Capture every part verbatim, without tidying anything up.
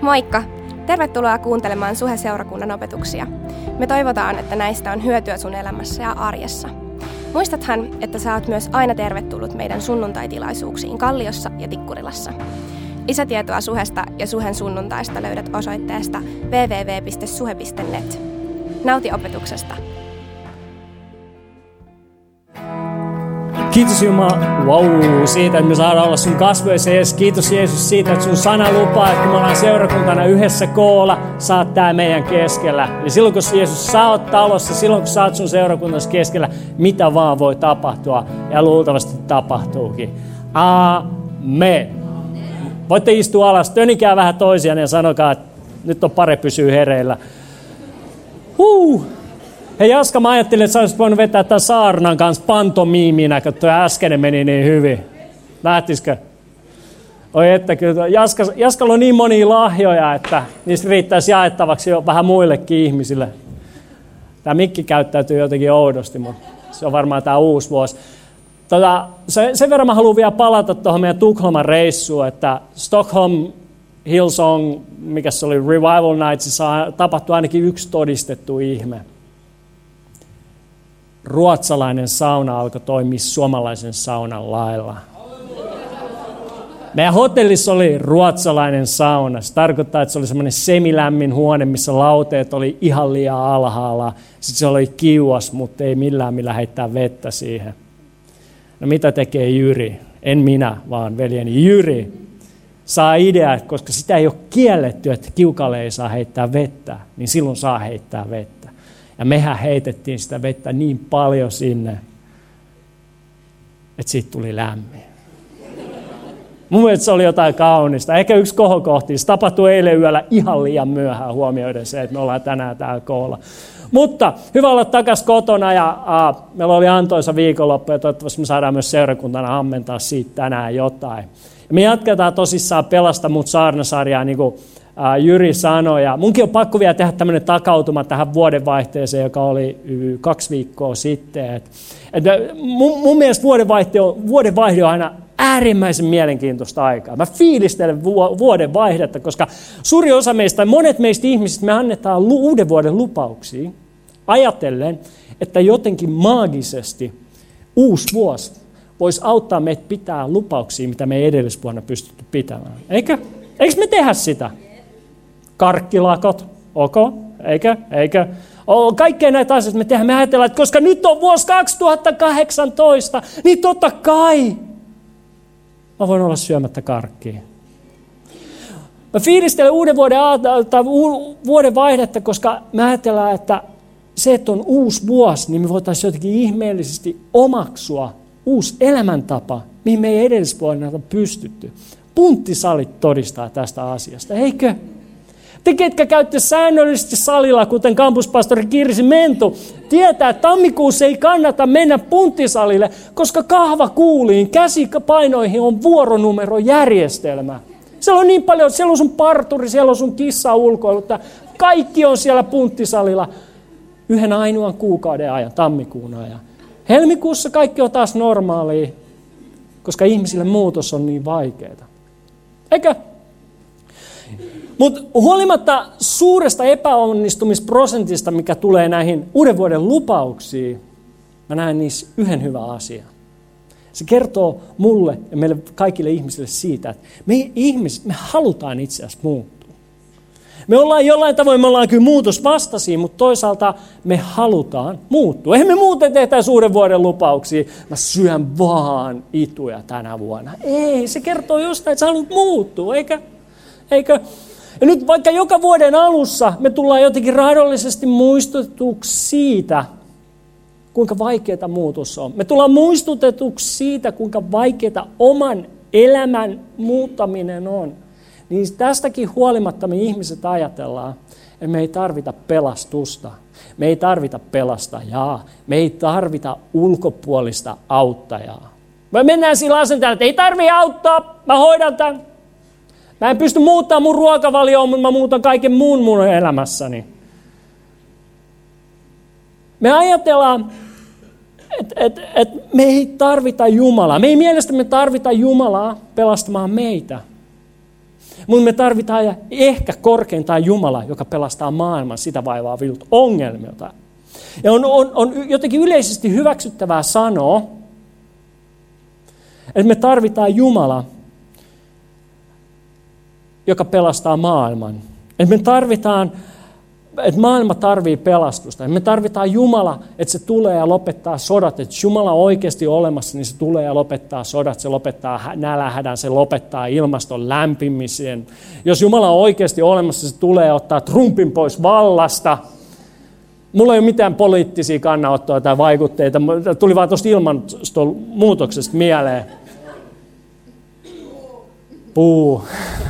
Moikka! Tervetuloa kuuntelemaan Suhe-seurakunnan opetuksia. Me toivotaan, että näistä on hyötyä sun elämässä ja arjessa. Muistathan, että sä oot myös aina tervetullut meidän sunnuntaitilaisuuksiin Kalliossa ja Tikkurilassa. Lisätietoa Suhesta ja Suhen sunnuntaista löydät osoitteesta double-u double-u double-u piste suhe piste net. Nauti opetuksesta! Kiitos Jumala, wow, siitä, että me saadaan olla sun kasvoissa. Kiitos Jeesus siitä, että sun sana lupaa, että kun me ollaan seurakuntana yhdessä koolla, sä oot tää meidän keskellä. Ja silloin kun Jeesus, sä oot talossa, silloin kun sä oot sun seurakunnassa keskellä, mitä vaan voi tapahtua. Ja luultavasti tapahtuukin. Amen. Voitte istua alas, tönikää vähän toisiaan ja sanokaa, että nyt on parempi pysyä hereillä. Huh. Hei Jaska, mä ajattelin, että sä olisit voinut vetää tämän saarnan kanssa pantomiiminä, kun tuo äskeinen meni niin hyvin. Lähtisikö? Oi että kyllä, Jaska, Jaskalla on niin monia lahjoja, että niistä riittäisi jaettavaksi jo vähän muillekin ihmisille. Tämä mikki käyttäytyy jotenkin oudosti, mutta se on varmaan tämä uusi vuosi. Tota, sen verran mä haluan vielä palata tuohon meidän Tukholman reissuun, että Stockholm Hillsong, mikä se oli, Revival Nightsissa tapahtui ainakin yksi todistettu ihme. Ruotsalainen sauna alkoi toimia suomalaisen saunan lailla. Meidän hotellissa oli ruotsalainen sauna. Se tarkoittaa, että se oli semmoinen semilämmin huone, missä lauteet oli ihan liian alhaalla. Sitten se oli kiuas, mutta ei millään millä heittää vettä siihen. No mitä tekee Jyri? En minä, vaan veljeni Jyri. Saa idea, että koska sitä ei ole kielletty, että kiukalle ei saa heittää vettä, niin silloin saa heittää vettä. Ja mehän heitettiin sitä vettä niin paljon sinne, että siitä tuli lämmin. Mun mielestä se oli jotain kaunista. Ehkä yksi kohokohti. Se tapahtui eilen yöllä ihan liian myöhään huomioiden se, että me ollaan tänään täällä koolla. Mutta hyvä olla takaisin kotona ja uh, meillä oli antoisa viikonloppu ja toivottavasti me saadaan myös seurakuntana ammentaa siitä tänään jotain. Ja me jatketaan tosissaan Pelasta mut saarnasarjaa, niin kuin uh, Jyri sanoi. Ja munkin on pakko vielä tehdä tämmöinen takautuma tähän vuodenvaihteeseen, joka oli uh, kaksi viikkoa sitten. Et, et mun, mun mielestä vuodenvaihde on, vuodenvaihde on aina äärimmäisen mielenkiintoista aikaa. Mä fiilistelen vuodenvaihdetta, koska suuri osa meistä, monet meistä ihmisistä, me annetaan uuden vuoden lupauksia ajatellen, että jotenkin maagisesti uusi vuosi voisi auttaa meitä pitää lupauksia, mitä me ei edellisvuonna pystytty pitämään. Eikö? Eikö me tehdä sitä? Karkkilakot, ok? Eikö? Eikö? Oh, kaikkea näitä asioita me tehdään. Me ajatellaan, että koska nyt on vuosi kaksituhattakahdeksantoista, niin totta kai mä voin olla syömättä karkkia. Mä fiilistelen uuden vuoden, tai vuoden vaihdetta, koska mä ajatellaan, että se, että on uusi vuosi, niin me voitaisiin jotenkin ihmeellisesti omaksua uusi elämäntapa, mihin me ei edellisvuonna ole pystytty. Punttisalit todistaa tästä asiasta, eikö? Te, ketkä käytte säännöllisesti salilla, kuten kampuspastori Kirsi Mentu, tietää, että tammikuussa ei kannata mennä punttisalille, koska kahvakuuliin, käsipainoihin on vuoronumerojärjestelmä. Siellä on niin paljon, siellä on sun parturi, siellä on sun kissa ulkoilu, kaikki on siellä punttisalilla yhden ainoan kuukauden ajan, tammikuun ajan. Helmikuussa kaikki on taas normaalia, koska ihmisille muutos on niin vaikeaa. Eikö? Mutta huolimatta suuresta epäonnistumisprosentista, mikä tulee näihin uuden vuoden lupauksiin, mä näen niissä yhden hyvän asian. Se kertoo mulle ja meille kaikille ihmisille siitä, että me ihmiset, me halutaan itse asiassa muuttua. Me ollaan jollain tavoin, me ollaan kyllä muutosvastaisia, mutta toisaalta me halutaan muuttua. Eihän me muuten tehtäisi uuden vuoden lupauksia, mä syön vaan ituja tänä vuonna. Ei, se kertoo jostain, että sä haluat muuttua, eikä? Eikö? Ja nyt vaikka joka vuoden alussa me tullaan jotenkin raadollisesti muistutetuksi siitä, kuinka vaikeaa muutos on. Me tullaan muistutetuksi siitä, kuinka vaikeaa oman elämän muuttaminen on. Niin tästäkin huolimatta me ihmiset ajatellaan, että me ei tarvita pelastusta. Me ei tarvita pelastajaa. Me ei tarvita ulkopuolista auttajaa. Me mennään sillä asenteella, että ei tarvitse auttaa, mä hoidan tämän. Mä en pysty muuttamaan mun ruokavalioon, mutta mä muutan kaiken muun mun elämässäni. Me ajatellaan, että et, et me ei tarvita Jumalaa. Me ei mielestämme tarvita Jumalaa pelastamaan meitä. Mutta me tarvitaan ehkä korkeintaan Jumala, joka pelastaa maailman sitä vaivaavilta ongelmilta. Ja on, on, on jotenkin yleisesti hyväksyttävää sanoa, että me tarvitaan Jumala, joka pelastaa maailman. Että me tarvitaan, että maailma tarvii pelastusta. Että me tarvitaan Jumala, että se tulee ja lopettaa sodat. Että Jumala on oikeasti olemassa, niin se tulee ja lopettaa sodat. Se lopettaa nälänhädän, se lopettaa ilmaston lämpimisen. Jos Jumala on oikeasti olemassa, se tulee ja ottaa Trumpin pois vallasta. Mulla ei ole mitään poliittisia kannanottoja tai vaikutteita. Tuli vaan tuosta ilmastonmuutoksesta mieleen. Puu.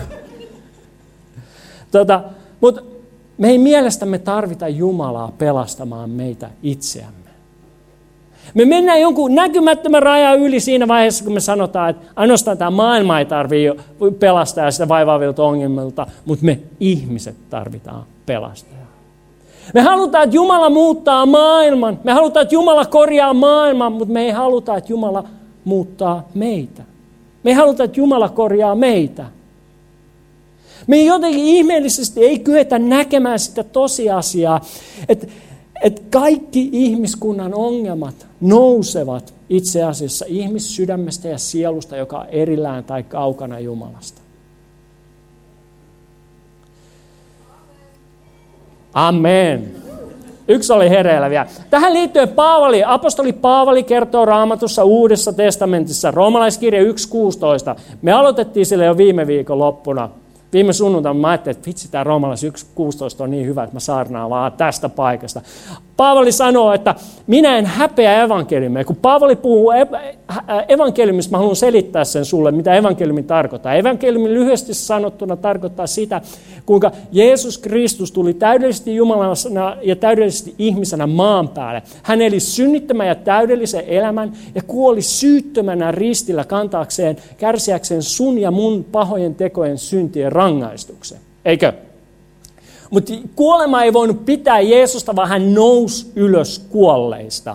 Tota, mutta me ei mielestämme tarvita Jumalaa pelastamaan meitä itseämme. Me mennään jonkun näkymättömän rajan yli siinä vaiheessa, kun me sanotaan, että ainoastaan tämä maailma ei tarvitse pelastaa sitä vaivaavilta ongelmilta, mutta me ihmiset tarvitaan pelastajaa. Me halutaan, että Jumala muuttaa maailman. Me halutaan, että Jumala korjaa maailman, mutta me ei haluta, että Jumala muuttaa meitä. Me ei haluta, että Jumala korjaa meitä. Me jotenkin ihmeellisesti ei kyetä näkemään sitä tosiasiaa, että, että kaikki ihmiskunnan ongelmat nousevat itse asiassa ihmissydämestä ja sielusta, joka on erillään tai kaukana Jumalasta. Amen. Yksi oli hereillä vielä. Tähän liittyen Paavali, apostoli Paavali kertoo Raamatussa Uudessa testamentissa, roomalaiskirja yksi kuusitoista. Me aloitettiin sille jo viime viikon loppuna. Viime sunnuntaina mä ajattelin, että vitsi, tämä roomalais yksi kuusitoista on niin hyvä, että mä saarnaan vaan tästä paikasta. Paavali sanoo, että minä en häpeä evankeliumia. Kun Paavali puhuu evankeliumista, mä haluan selittää sen sulle, mitä evankeliumi tarkoittaa. Evankeliumi lyhyesti sanottuna tarkoittaa sitä, kuinka Jeesus Kristus tuli täydellisesti Jumalana ja täydellisesti ihmisenä maan päälle. Hän eli synnittömän ja täydellisen elämän ja kuoli syyttömänä ristillä kantaakseen, kärsiäkseen sun ja mun pahojen tekojen syntien rangaistuksen. Eikö? Mutta kuolema ei voinut pitää Jeesusta, vaan hän nousi ylös kuolleista.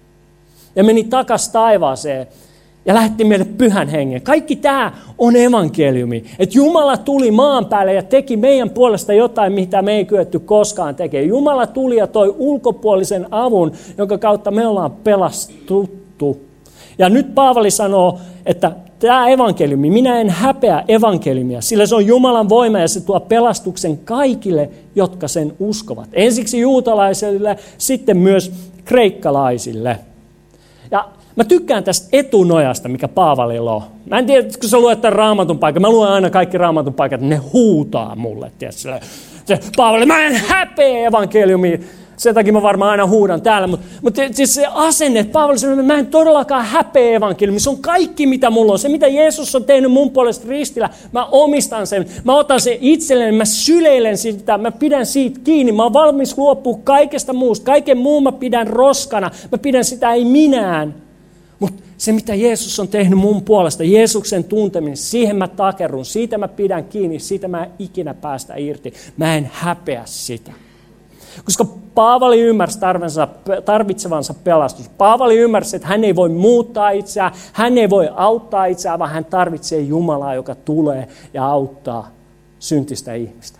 Ja meni takaisin taivaaseen ja lähetti meille pyhän hengen. Kaikki tämä on evankeliumi. Että Jumala tuli maan päälle ja teki meidän puolesta jotain, mitä me ei kyetty koskaan tekemään. Jumala tuli ja toi ulkopuolisen avun, jonka kautta me ollaan pelastuttu. Ja nyt Paavali sanoo, että tämä evankeliumi, minä en häpeä evankeliumia, sillä se on Jumalan voima ja se tuo pelastuksen kaikille, jotka sen uskovat. Ensiksi juutalaisille, sitten myös kreikkalaisille. Ja mä tykkään tästä etunojasta, mikä Paavalilla on. Mä en tiedä, kun sä luet tämän raamatun paikan, mä luen aina kaikki raamatun paikat, ne huutaa mulle. Se, Paavali, mä en häpeä evankeliumia. Sen takia mä varmaan aina huudan täällä, mutta, mutta siis se asenne, että Paavali sanoo, että mä en todellakaan häpeä evankeliumia. Se on kaikki, mitä mulla on. Se, mitä Jeesus on tehnyt mun puolesta ristillä, mä omistan sen. Mä otan sen itselleni, mä syleilen sitä, mä pidän siitä kiinni. Mä oon valmis luopua kaikesta muusta. Kaiken muun mä pidän roskana. Mä pidän sitä ei minään. Mutta se, mitä Jeesus on tehnyt mun puolesta, Jeesuksen tunteminen, siihen mä takerrun. Siitä mä pidän kiinni, siitä mä en ikinä päästä irti. Mä en häpeä sitä. Koska Paavali ymmärsi tarvitsevansa pelastus. Paavali ymmärsi, että hän ei voi muuttaa itseään, hän ei voi auttaa itseään, vaan hän tarvitsee Jumalaa, joka tulee ja auttaa syntistä ihmistä.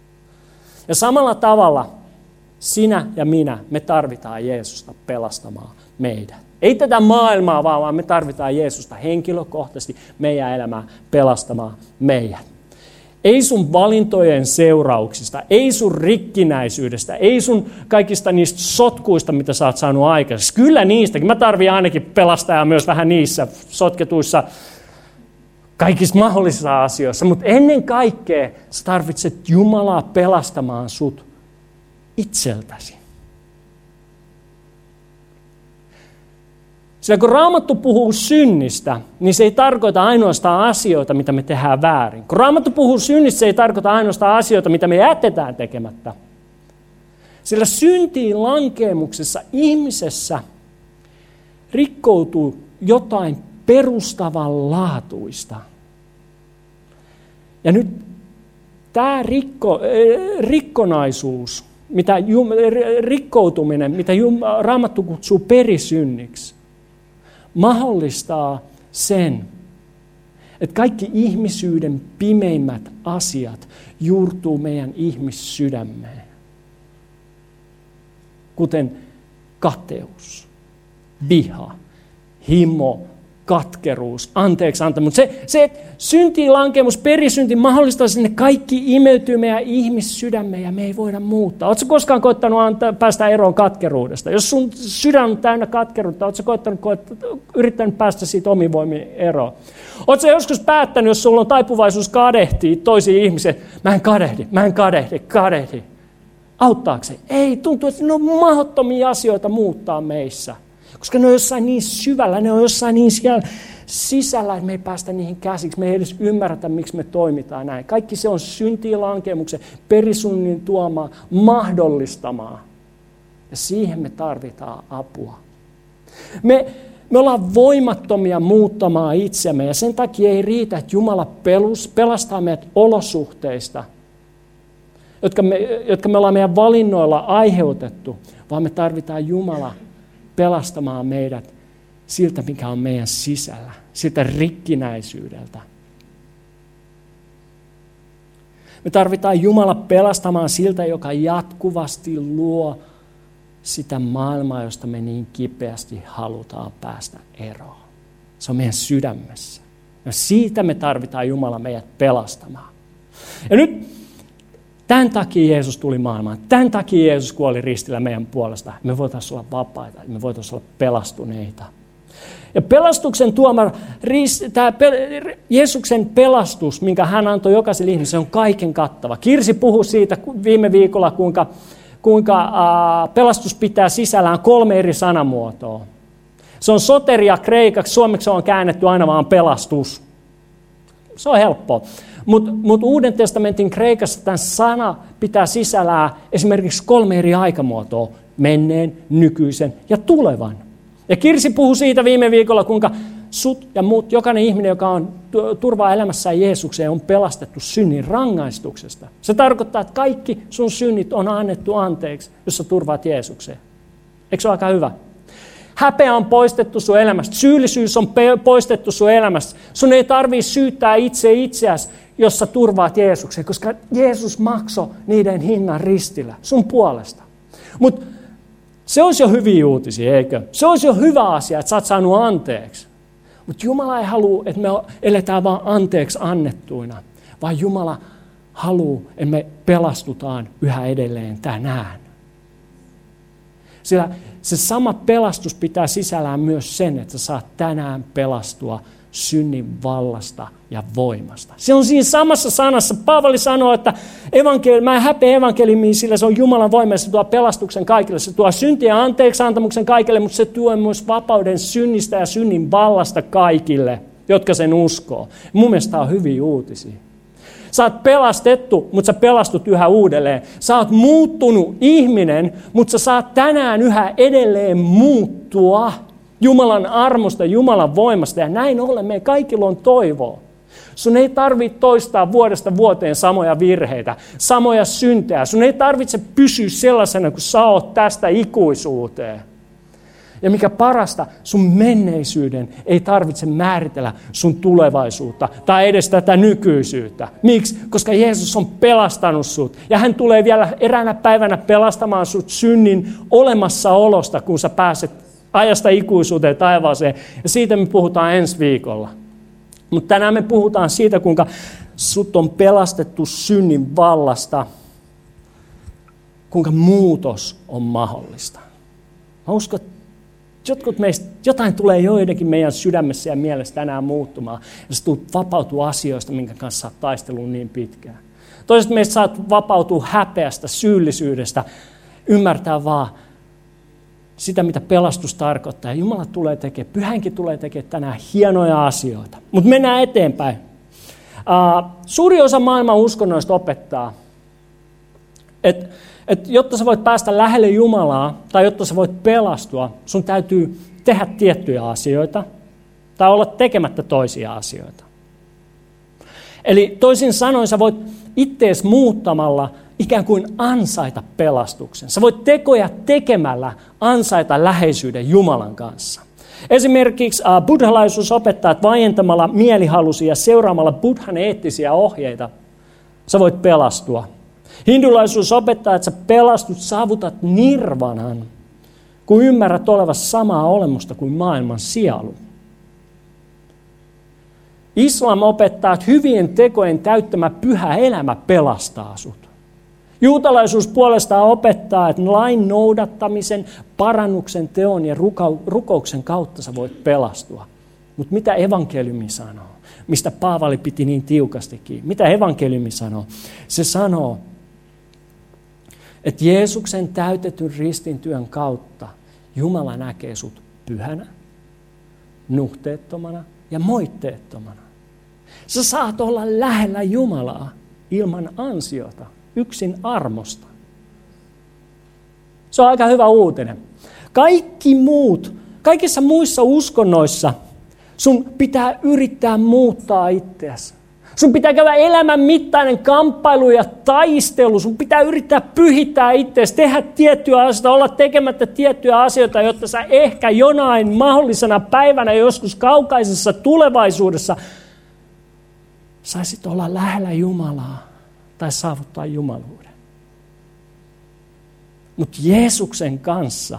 Ja samalla tavalla sinä ja minä, me tarvitaan Jeesusta pelastamaan meidät. Ei tätä maailmaa vaan, vaan me tarvitaan Jeesusta henkilökohtaisesti meidän elämää pelastamaan meidät. Ei sun valintojen seurauksista, ei sun rikkinäisyydestä, ei sun kaikista niistä sotkuista, mitä sä oot saanut aikaisemmin. Kyllä niistäkin. Mä tarvitsen ainakin pelastajaa myös vähän niissä sotketuissa kaikissa mahdollisissa asioissa. Mutta ennen kaikkea sä tarvitset Jumalaa pelastamaan sut itseltäsi. Sillä kun Raamattu puhuu synnistä, niin se ei tarkoita ainoastaan asioita, mitä me tehdään väärin. Kun Raamattu puhuu synnistä, se ei tarkoita ainoastaan asioita, mitä me jätetään tekemättä. Sillä syntiin lankeemuksessa ihmisessä rikkoutuu jotain perustavanlaatuista. Ja nyt tämä rikko, rikkonaisuus, mitä, rikkoutuminen, mitä Raamattu kutsuu perisynniksi, mahdollistaa sen, Että kaikki ihmisyyden pimeimmät asiat juurtuu meidän ihmissydämeen. Kuten kateus, viha, himo, katkeruus, anteeksi antamus. Se, se syntiin lankemus, perisynti mahdollistaa sinne kaikki imeytyy meidän ihmissydämeen ja me ei voida muuttaa. Oletko koskaan koittanut antaa, päästä eroon katkeruudesta? Jos sun sydän on täynnä katkeruutta, oletko koittanut, koittanut, yrittänyt päästä siitä omin voimin eroon? Oletko joskus päättänyt, jos sulla on taipuvaisuus kadehtia toisiin ihmisiä, mä en kadehdi, mä en kadehdi, kadehdi. Auttaako se? Ei, tuntuu, että ne on mahdottomia asioita muuttaa meissä. Koska ne on jossain niin syvällä, ne on jossain niin siellä sisällä, että me ei päästä niihin käsiksi. Me ei edes ymmärretä, miksi me toimitaan näin. Kaikki se on syntiin lankemuksen, perisunnin tuomaa, mahdollistamaa. Ja siihen me tarvitaan apua. Me, me ollaan voimattomia muuttamaan itsemme ja sen takia ei riitä, että Jumala pelus, pelastaa meidät olosuhteista, jotka me, jotka me ollaan meidän valinnoilla aiheutettu, vaan me tarvitaan Jumala pelastamaan meidät siltä, mikä on meidän sisällä, siltä rikkinäisyydeltä. Me tarvitaan Jumala pelastamaan siltä, joka jatkuvasti luo sitä maailmaa, josta me niin kipeästi halutaan päästä eroon. Se on meidän sydämessä. Ja siitä me tarvitaan Jumala meidät pelastamaan. Ja nyt tämän takia Jeesus tuli maailmaan. Tämän takia Jeesus kuoli ristillä meidän puolesta. Me voitaisiin olla vapaita, me voitaisiin olla pelastuneita. Ja pelastuksen tuoma, tämä Jeesuksen pelastus, minkä hän antoi jokaiselle ihmiselle, on kaiken kattava. Kirsi puhui siitä viime viikolla, kuinka, kuinka äh, pelastus pitää sisällään kolme eri sanamuotoa. Se on soteria kreikaksi, suomeksi on käännetty aina vaan pelastus. Se on helppoa. Mutta mut Uuden testamentin kreikassa tämän sana pitää sisällään esimerkiksi kolme eri aikamuotoa. Menneen, nykyisen ja tulevan. Ja Kirsi puhui siitä viime viikolla, kuinka sut ja muut, jokainen ihminen, joka on turvaa elämässään Jeesukseen, on pelastettu synnin rangaistuksesta. Se tarkoittaa, että kaikki sun synnit on annettu anteeksi, jos sä turvaat Jeesukseen. Eikö se ole aika hyvä? Häpeä on poistettu sun elämästä. Syyllisyys on poistettu sun elämästä. Sun ei tarvitse syyttää itse itseäsi, jos sä turvaat Jeesukseen, koska Jeesus maksoi niiden hinnan ristillä sun puolesta. Mutta se olisi jo hyviä uutisia, eikö? Se olisi jo hyvä asia, että sä oot saanut anteeksi. Mutta Jumala ei halua, että me eletään vaan anteeksi annettuina, vaan Jumala haluaa, että me pelastutaan yhä edelleen tänään. Sillä se sama pelastus pitää sisällään myös sen, että sä saat tänään pelastua synnin vallasta ja voimasta. Se on siinä samassa sanassa. Paavali sanoo, että evankeli, mä en häpeä evankeliumia, sillä se on Jumalan voima ja se tuo pelastuksen kaikille. Se tuo syntiä ja anteeksi antamuksen kaikille, mutta se tuo myös vapauden synnistä ja synnin vallasta kaikille, jotka sen uskoo. Mun mielestä on hyviä uutisia. Sä oot pelastettu, mutta sä pelastut yhä uudelleen. Sä oot muuttunut ihminen, mutta sä saat tänään yhä edelleen muuttua Jumalan armosta, Jumalan voimasta. Ja näin ollen meidän kaikilla on toivoa. Sun ei tarvitse toistaa vuodesta vuoteen samoja virheitä, samoja syntejä. Sun ei tarvitse pysyä sellaisena kuin sä oot tästä ikuisuuteen. Ja mikä parasta, sun menneisyyden ei tarvitse määritellä sun tulevaisuutta tai edes tätä nykyisyyttä. Miksi? Koska Jeesus on pelastanut sut. Ja hän tulee vielä eräänä päivänä pelastamaan sut synnin olemassaolosta, kun sä pääset ajasta ikuisuuteen taivaaseen. Ja siitä me puhutaan ensi viikolla. Mutta tänään me puhutaan siitä, kuinka sut on pelastettu synnin vallasta, kuinka muutos on mahdollista. Mä uskon, että jotkut meistä, jotain tulee joidenkin meidän sydämessä ja mielessä tänään muuttumaan. Ja sä tulet vapautua asioista, minkä kanssa sä oot taistellut niin pitkään. Toiset meistä saat vapautua häpeästä, syyllisyydestä, ymmärtää vaan sitä, mitä pelastus tarkoittaa. Ja Jumala tulee tekemään, Pyhänkin tulee tekemään tänään hienoja asioita. Mutta mennään eteenpäin. Uh, suuri osa maailman uskonnoista opettaa, että et jotta sä voit päästä lähelle Jumalaa, tai jotta sä voit pelastua, sun täytyy tehdä tiettyjä asioita, tai olla tekemättä toisia asioita. Eli toisin sanoen sä voit ittees muuttamalla ikään kuin ansaita pelastuksen. Sä voit tekoja tekemällä ansaita läheisyyden Jumalan kanssa. Esimerkiksi uh, buddhalaisuus opettaa, että vaientamalla mielihalusi ja seuraamalla buddhan eettisiä ohjeita sä voit pelastua. Hindulaisuus opettaa, että sä pelastut, saavutat nirvanan, kun ymmärrät olevasi samaa olemusta kuin maailman sielu. Islam opettaa, että hyvien tekojen täyttämä pyhä elämä pelastaa sut. Juutalaisuus puolestaan opettaa, että lain noudattamisen, parannuksen teon ja rukouksen kautta sä voit pelastua. Mutta mitä evankeliumi sanoo? Mistä Paavali piti niin tiukastikin? Mitä evankeliumi sanoo? Se sanoo, että Jeesuksen täytetyn ristintyön kautta Jumala näkee sut pyhänä, nuhteettomana ja moitteettomana. Sä saat olla lähellä Jumalaa ilman ansiota, yksin armosta. Se on aika hyvä uutinen. Kaikki muut, kaikissa muissa uskonnoissa sun pitää yrittää muuttaa itseäsi. Sun pitää käydä elämän mittainen kamppailu ja taistelu. Sun pitää yrittää pyhittää itseäsi, tehdä tiettyjä asioita, olla tekemättä tiettyjä asioita, jotta sä ehkä jonain mahdollisena päivänä joskus kaukaisessa tulevaisuudessa saisit olla lähellä Jumalaa tai saavuttaa jumaluuden. Mutta Jeesuksen kanssa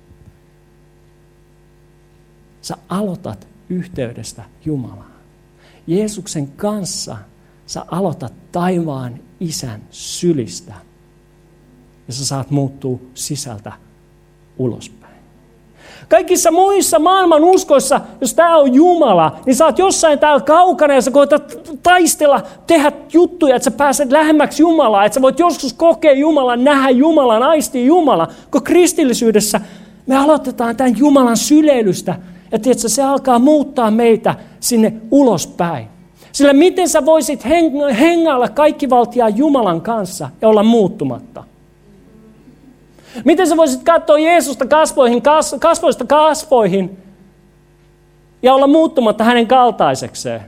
sä aloitat yhteydestä Jumalaan. Jeesuksen kanssa sä aloitat taivaan Isän sylistä ja sä saat muuttua sisältä ulospäin. Kaikissa muissa maailman uskoissa, jos tää on Jumala, niin sä oot jossain täällä kaukana ja sä koetat taistella, tehdä juttuja, että sä pääset lähemmäksi Jumalaa, että sä voit joskus kokea Jumalan, nähdä Jumalan, aistia Jumalan. Kun kristillisyydessä me aloitetaan tämän Jumalan syleilystä ja tiedätkö, se alkaa muuttaa meitä sinne ulospäin. Sillä miten sä voisit hengailla kaikkivaltiaan Jumalan kanssa ja olla muuttumatta? Miten sä voisit katsoa Jeesusta kasvoihin, kasvoista kasvoihin ja olla muuttumatta hänen kaltaisekseen?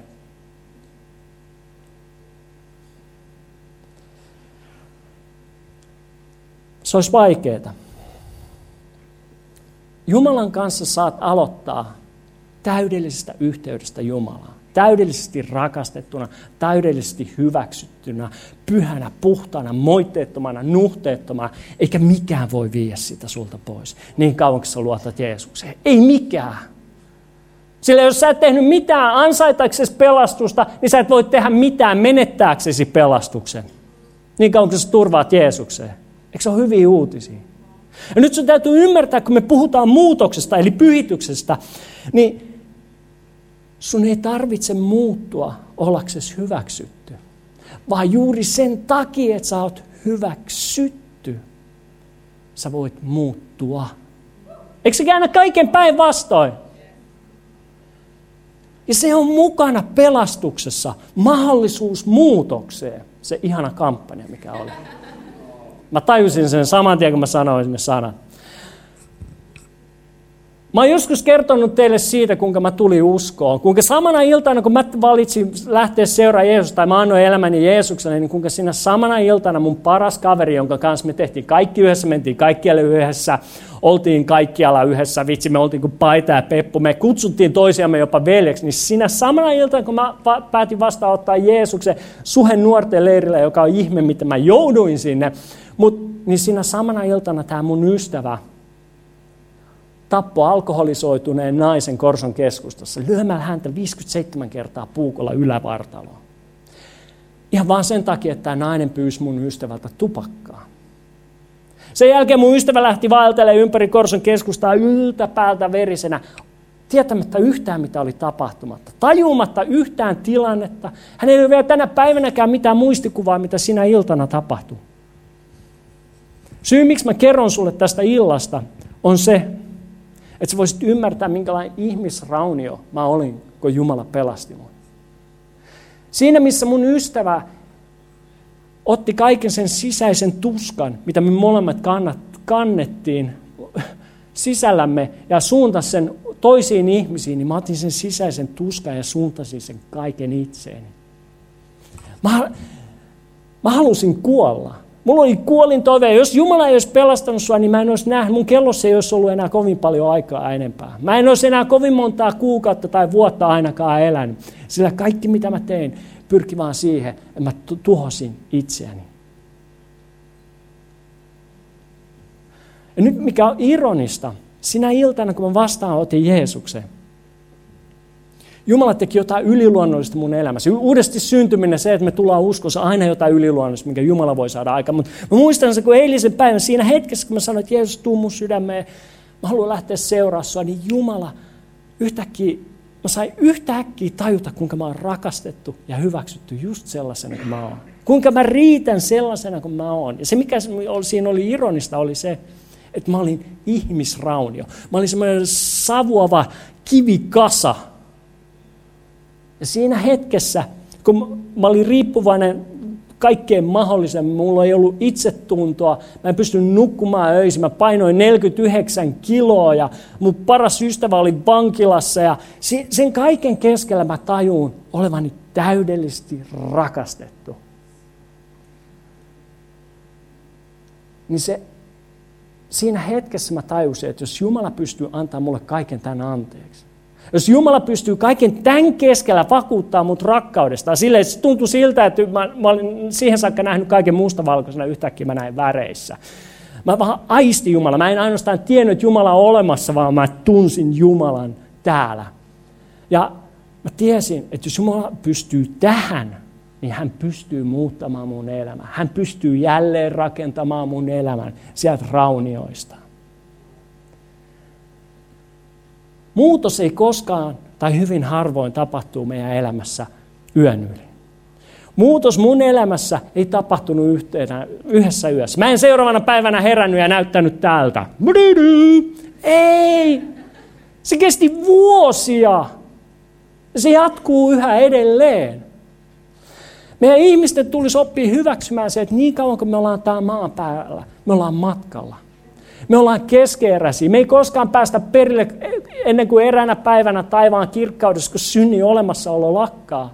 Se olisi vaikeaa. Jumalan kanssa saat aloittaa täydellisestä yhteydestä Jumalaan. Täydellisesti rakastettuna, täydellisesti hyväksyttynä, pyhänä, puhtaana, moitteettomana, nuhteettomana, eikä mikään voi viedä sitä sulta pois. Niin kauan kun sä luotat Jeesukseen. Ei mikään. Sillä jos sä et tehnyt mitään ansaitaksesi pelastusta, niin sä et voi tehdä mitään menettääksesi pelastuksen. Niin kauan kun sä turvaat Jeesukseen. Eikö se ole hyviä uutisia? Ja nyt sun täytyy ymmärtää, kun me puhutaan muutoksesta, eli pyhityksestä, niin sun ei tarvitse muuttua ollaksesi hyväksytty, vaan juuri sen takia, että sä oot hyväksytty, sä voit muuttua. Eikö se käännä kaiken päinvastoin? Ja se on mukana pelastuksessa, mahdollisuus muutokseen, se ihana kampanja, mikä oli. Mä tajusin sen saman tien, kun mä sanoin ne sanat. Mä oon joskus kertonut teille siitä, kuinka mä tulin uskoon. Kuinka samana iltana, kun mä valitsin lähteä seuraamaan Jeesusta, tai mä annoin elämäni Jeesukselle, niin kuinka siinä samana iltana mun paras kaveri, jonka kanssa me tehtiin kaikki yhdessä, mentiin kaikkialle yhdessä, oltiin kaikkialla yhdessä, vitsi, me oltiin kuin Paita ja Peppu, me kutsuttiin toisiamme jopa veljeksi, niin siinä samana iltana, kun mä päätin vastaanottaa Jeesuksen Suhen nuorten leirillä, joka on ihme, miten mä jouduin sinne, mut, niin siinä samana iltana tämä mun ystävä tappoi alkoholisoituneen naisen Korson keskustassa lyömällä häntä viisikymmentäseitsemän kertaa puukolla ylävartaloon. Ihan vaan sen takia, että tämä nainen pyysi mun ystävältä tupakkaa. Sen jälkeen mun ystävä lähti vaeltelemaan ympäri Korson keskustaa yltäpäältä verisenä, tietämättä yhtään mitä oli tapahtumatta, tajumatta yhtään tilannetta. Hän ei ole vielä tänä päivänäkään mitään muistikuvaa, mitä sinä iltana tapahtui. Syy, miksi mä kerron sulle tästä illasta, on se, että sä voisit ymmärtää, minkälainen ihmisraunio mä olin, kun Jumala pelasti mun. Siinä, missä mun ystävä otti kaiken sen sisäisen tuskan, mitä me molemmat kannettiin sisällämme ja suuntasi sen toisiin ihmisiin, niin mä otin sen sisäisen tuskan ja suuntasin sen kaiken itseeni. Mä, mä halusin kuolla. Mulla oli kuolin toive. Jos Jumala ei olisi pelastanut sua, niin mä en olisi nähnyt. Mun kellossa ei olisi ollut enää kovin paljon aikaa enempää. Mä en olisi enää kovin montaa kuukautta tai vuotta ainakaan elänyt. Sillä kaikki, mitä mä tein, pyrki vaan siihen, että mä tuhosin itseäni. Ja nyt mikä on ironista, sinä iltana, kun mä vastaanotin Jeesuksen, Jumala teki jotain yliluonnollista mun elämässä. Uudesti syntyminen, se, että me tullaan uskossa, aina jotain yliluonnollista, minkä Jumala voi saada aikaan. Mutta mä muistan se, kun eilisen päivän siinä hetkessä, kun mä sanoin, että Jeesus, tuu mun sydämeen, mä haluan lähteä seuraa sua, niin Jumala yhtäkkiä, mä sain yhtäkkiä tajuta, kuinka mä oon rakastettu ja hyväksytty just sellaisena kuin mä oon. Kuinka mä riitän sellaisena kuin mä oon. Ja se, mikä siinä oli ironista, oli se, että mä olin ihmisraunio. Mä olin semmoinen savuava kivikasa. Ja siinä hetkessä, kun mä olin riippuvainen kaikkeen mahdollisen, mulla ei ollut itsetuntoa, mä en pystynyt nukkumaan öisin, mä painoin neljäkymmentäyhdeksän kiloa ja mun paras ystävä oli vankilassa ja sen kaiken keskellä mä tajuun olevani täydellisesti rakastettu. Niin se, siinä hetkessä mä tajusin, että jos Jumala pystyy antamaan mulle kaiken tämän anteeksi, jos Jumala pystyy kaiken tämän keskellä vakuuttaa mut rakkaudestaan, silleen se tuntui siltä, että mä, mä olin siihen saakka nähnyt kaiken mustavalkoisena, yhtäkkiä mä näin väreissä. Mä vaan aistin Jumala. Mä en ainoastaan tiennyt, että Jumala on olemassa, vaan mä tunsin Jumalan täällä. Ja mä tiesin, että jos Jumala pystyy tähän, niin hän pystyy muuttamaan mun elämän. Hän pystyy jälleen rakentamaan mun elämän sieltä raunioista. Muutos ei koskaan tai hyvin harvoin tapahtuu meidän elämässä yön yli. Muutos mun elämässä ei tapahtunut yhtenä, yhdessä yössä. Mä en seuraavana päivänä herännyt ja näyttänyt täältä. Ei! Se kesti vuosia. Se jatkuu yhä edelleen. Meidän ihmisten tulisi oppia hyväksymään se, että niin kauan kun me ollaan täällä maan päällä, me ollaan matkalla. Me ollaan keskeeräisiä. Me ei koskaan päästä perille ennen kuin eräänä päivänä taivaan kirkkaudessa, kun synnin olemassaolo lakkaa.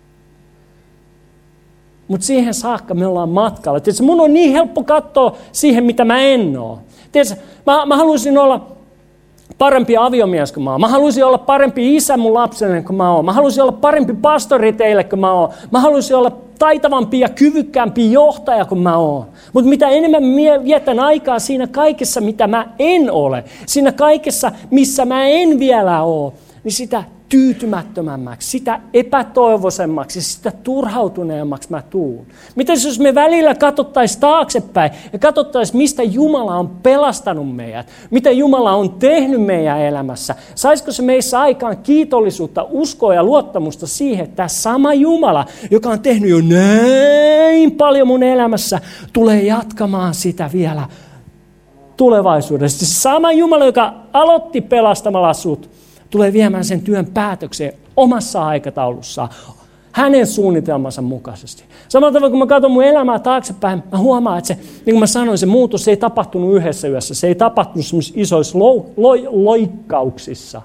Mutta siihen saakka me ollaan matkalla. Tiedätkö, mun on niin helppo katsoa siihen, mitä mä en ole. Tiedätkö, mä, mä haluaisin olla parempi aviomies kuin mä oon. Mä haluaisin olla parempi isä mun lapselle kuin mä oon. Mä haluaisin olla parempi pastori teille kuin mä oon. Mä haluaisin olla taitavampi ja kyvykkäämpi johtaja kuin mä oon. Mutta mitä enemmän vietän aikaa siinä kaikessa, mitä mä en ole, siinä kaikessa, missä mä en vielä ole, niin sitä tyytymättömämmäksi, sitä epätoivoisemmaksi, sitä turhautuneemmaksi mä tuun. Miten jos me välillä katsottaisiin taaksepäin ja katsottaisiin, mistä Jumala on pelastanut meidät, mitä Jumala on tehnyt meidän elämässä, saisiko se meissä aikaan kiitollisuutta, uskoa ja luottamusta siihen, että tämä sama Jumala, joka on tehnyt jo näin paljon mun elämässä, tulee jatkamaan sitä vielä tulevaisuudessa. Se sama Jumala, joka aloitti pelastamalla sut, tulee viemään sen työn päätökseen omassa aikataulussaan, hänen suunnitelmansa mukaisesti. Samalla tavalla, kun mä katson mun elämää taaksepäin, mä huomaan, että se, niin kuin mä sanoin, se muutos ei tapahtunut yhdessä yössä. Se ei tapahtunut semmoisissa isoissa lo, lo, loikkauksissa.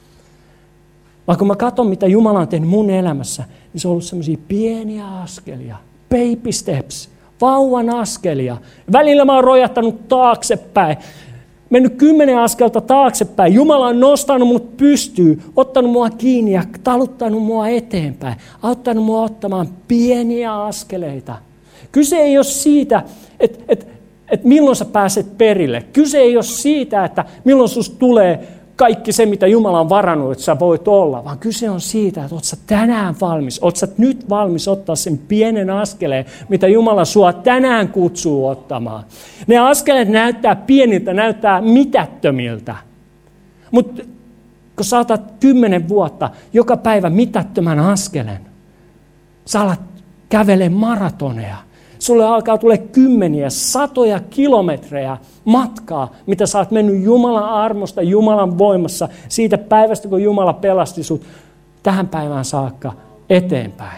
Vaan kun mä katson, mitä Jumala on tehnyt mun elämässä, niin se on ollut semmoisia pieniä askelia, baby steps, vauvan askelia. Välillä mä oon rojahtanut taaksepäin. Mennyt kymmenen askelta taaksepäin. Jumala on nostanut mut pystyyn, ottanut mua kiinni ja taluttanut mua eteenpäin. Auttanut mua ottamaan pieniä askeleita. Kyse ei ole siitä, että et, et milloin sä pääset perille. Kyse ei ole siitä, että milloin susta tulee kaikki se, mitä Jumala on varannut, että sä voit olla. Vaan kyse on siitä, että oot sä tänään valmis. Oot sä nyt valmis ottaa sen pienen askeleen, mitä Jumala sua tänään kutsuu ottamaan. Ne askeleet näyttää pieniltä, näyttää mitättömiltä. Mutta kun sä otat kymmenen vuotta, joka päivä mitättömän askeleen, sä alat kävelee maratoneja. Sulle alkaa tulla kymmeniä, satoja kilometrejä matkaa, mitä sä oot mennyt Jumalan armosta, Jumalan voimassa, siitä päivästä, kun Jumala pelasti sut tähän päivään saakka eteenpäin.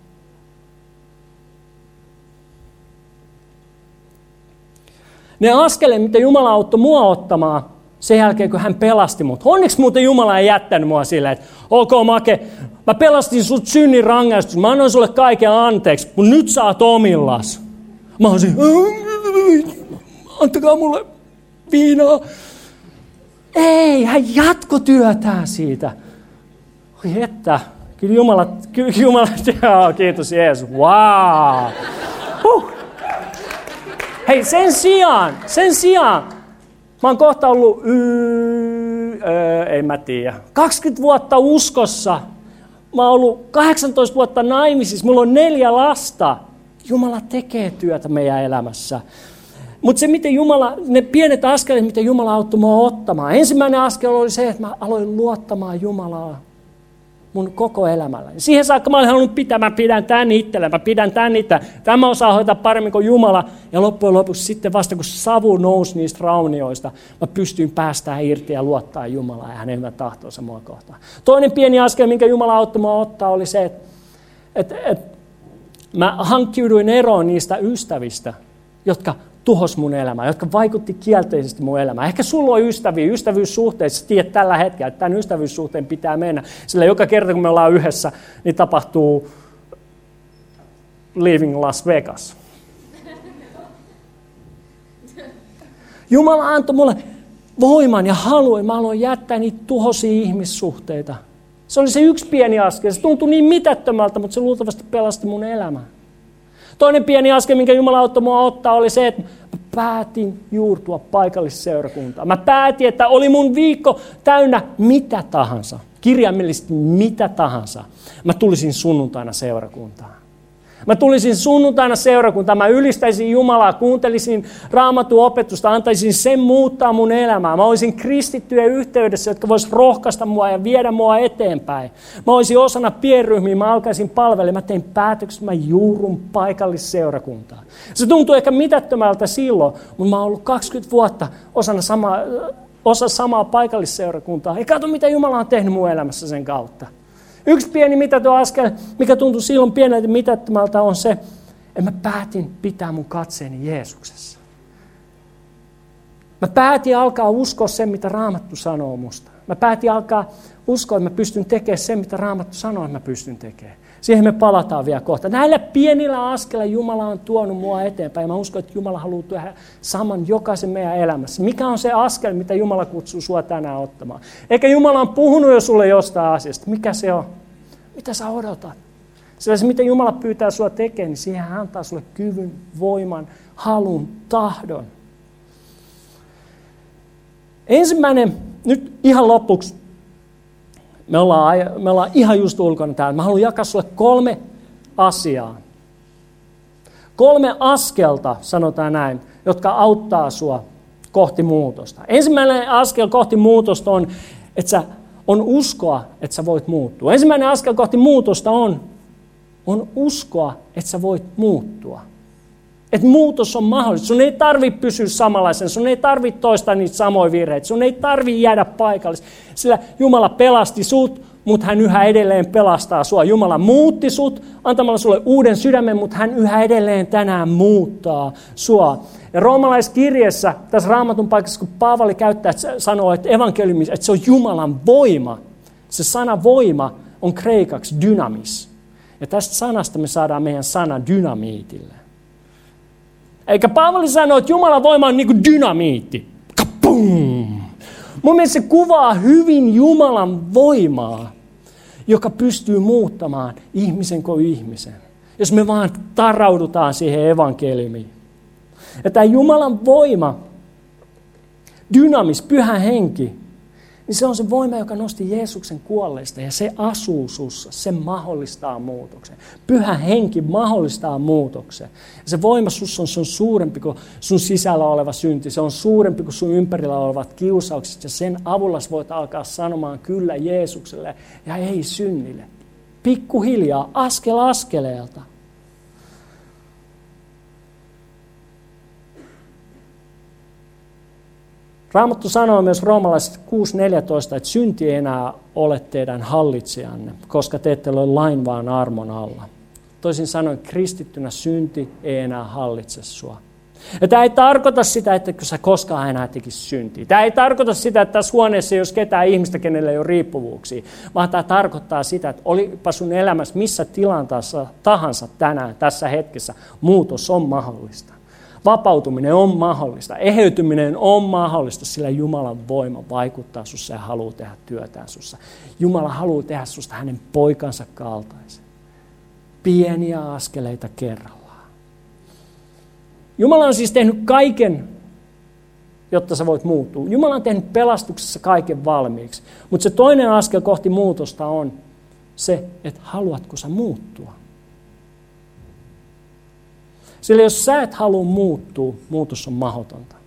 Ne askeleet, mitä Jumala auttoi mua ottamaan sen jälkeen, kun hän pelasti mut. Onneksi muuten Jumala ei jättänyt mua silleen, että ok Make, mä pelastin sut synnin rangaistus, mä annoin sulle kaiken anteeksi, mutta nyt sä oot omillas. Mä oon siinä, antakaa mulle viinaa. Ei, hän jatko työtään siitä. Oi että, kyllä Jumala, kyllä Jumala, joo, kiitos Jeesus, wow. Huh. Hei, sen sijaan, sen sijaan, mä oon kohta ollut, yy, öö, ei mä tiedä, kaksikymmentä vuotta uskossa. Mä oon ollut kahdeksantoista vuotta naimisissa, mulla on neljä lasta. Jumala tekee työtä meidän elämässä. Mutta se, miten Jumala, ne pienet askeleet, mitä Jumala auttoi mua ottamaan. Ensimmäinen askel oli se, että mä aloin luottamaan Jumalaa mun koko elämälläni. Siihen saakka mä olin halunnut pitää, mä pidän tän itselle, mä pidän tän itselle. Tämä osaa hoitaa paremmin kuin Jumala. Ja loppujen lopuksi sitten vasta kun savu nousi niistä raunioista, mä pystyin päästään irti ja luottaa Jumalaa ja hänen tahtoonsa mua kohtaan. Toinen pieni askel, minkä Jumala auttoi mua ottaa, oli se, että, että, että mä hankkiuduin eroon niistä ystävistä, jotka tuhos mun elämää, jotka vaikutti kielteisesti mun elämään. Ehkä sulla on ystäviä, ystävyyssuhteissa, tiedät tällä hetkellä, että tämän ystävyyssuhteen pitää mennä. Sillä joka kerta, kun me ollaan yhdessä, niin tapahtuu Leaving Las Vegas. Jumala antoi mulle voiman ja haluin. Mä aloin jättää niitä tuhoisia ihmissuhteita. Se oli se yksi pieni askel. Se tuntui niin mitättömältä, mutta se luultavasti pelasti mun elämän. Toinen pieni askel, minkä Jumala auttoi mua ottaa, oli se, että mä päätin juurtua paikallisseurakuntaan. Mä päätin, että oli mun viikko täynnä mitä tahansa, kirjaimellisesti mitä tahansa. Mä tulisin sunnuntaina seurakuntaan. Mä tulisin sunnuntaina seurakuntaan, mä ylistäisin Jumalaa, kuuntelisin Raamatun opetusta, antaisin sen muuttaa mun elämää. Mä olisin kristittyjen yhteydessä, jotka vois rohkaista mua ja viedä mua eteenpäin. Mä olisin osana pienryhmiä, mä alkaisin palvelemaan, mä tein päätöksen, mä juurun paikallisseurakuntaan. Se tuntui ehkä mitättömältä silloin, mutta mä oon ollut kaksikymmentä vuotta osana samaa, osa samaa paikallisseurakuntaa. Ja katso, mitä Jumala on tehnyt mun elämässä sen kautta. Yksi pieni mitätön askel, mikä tuntui silloin pieneltä mitättömältä, on se, että mä päätin pitää mun katseeni Jeesuksessa. Mä päätin alkaa uskoa sen, mitä Raamattu sanoo musta. Mä päätin alkaa uskoa, että mä pystyn tekemään sen, mitä Raamattu sanoo, että mä pystyn tekemään. Siihen me palataan vielä kohta. Näillä pienillä askelilla Jumala on tuonut mua eteenpäin. Ja mä uskon, että Jumala haluaa tehdä saman jokaisen meidän elämässä. Mikä on se askel, mitä Jumala kutsuu sua tänään ottamaan? Eikä Jumala on puhunut jo sulle jostain asiasta. Mikä se on? Mitä sä odotat? Sillä se, mitä Jumala pyytää sua tekemään, niin siihen hän antaa sulle kyvyn, voiman, halun, tahdon. Ensimmäinen, nyt ihan lopuksi. Me ollaan, me ollaan ihan just ulkona täällä. Mä haluan jakaa sulle kolme asiaa. Kolme askelta, sanotaan näin, jotka auttaa sua kohti muutosta. Ensimmäinen askel kohti muutosta on, että sä, on uskoa, että sä voit muuttua. Ensimmäinen askel kohti muutosta on, on uskoa, että sä voit muuttua. Että muutos on mahdollista. Sun ei tarvitse pysyä samanlaisen, sun ei tarvitse toistaa niitä samoja virheitä, sun ei tarvitse jäädä paikallisesti. Sillä Jumala pelasti sut, mutta hän yhä edelleen pelastaa sua. Jumala muutti sut antamalla sulle uuden sydämen, mutta hän yhä edelleen tänään muuttaa sua. Ja roomalaiskirjeessä, tässä Raamatun paikassa, kun Paavali käyttää, että sanoo, että evankeliumissa, että se on Jumalan voima. Se sana voima on kreikaksi dynamis. Ja tästä sanasta me saadaan meidän sana dynamiitille. Eikä Paavali sano, että Jumalan voima on niin kuin dynamiitti. Kapum! Mun mielestä se kuvaa hyvin Jumalan voimaa, joka pystyy muuttamaan ihmisen kuin ihmisen. Jos me vaan taraudutaan siihen evankeliumiin. Ja tämä Jumalan voima, dynamis, pyhä henki, niin se on se voima, joka nosti Jeesuksen kuolleista ja se asuu sussa, se mahdollistaa muutoksen. Pyhä henki mahdollistaa muutoksen. Ja se voima sussa on, se on suurempi kuin sun sisällä oleva synti, se on suurempi kuin sun ympärillä olevat kiusaukset ja sen avulla sä voit alkaa sanomaan kyllä Jeesukselle ja ei synnille. Pikkuhiljaa, askel askeleelta. Raamattu sanoo myös roomalaiset kuusi neljätoista, että synti ei enää ole teidän hallitsijanne, koska te ette ole lain vaan armon alla. Toisin sanoen, kristittynä synti ei enää hallitse sua. Ja tämä ei tarkoita sitä, että sä koskaan enää tekisi syntiä. Tämä ei tarkoita sitä, että tässä huoneessa ei olisi ketään ihmistä, kenellä ei ole riippuvuuksia, vaan tämä tarkoittaa sitä, että olipa sun elämässä missä tilanteessa tahansa tänään, tässä hetkessä, muutos on mahdollista. Vapautuminen on mahdollista, eheytyminen on mahdollista, sillä Jumalan voima vaikuttaa sussa ja haluaa tehdä työtään sussa. Jumala haluaa tehdä susta hänen poikansa kaltaisen. Pieniä askeleita kerrallaan. Jumala on siis tehnyt kaiken, jotta sä voit muuttua. Jumala on tehnyt pelastuksessa kaiken valmiiksi. Mutta se toinen askel kohti muutosta on se, että haluatko sä muuttua. Sillä jos sä et halua muuttua, muutos on mahdotonta.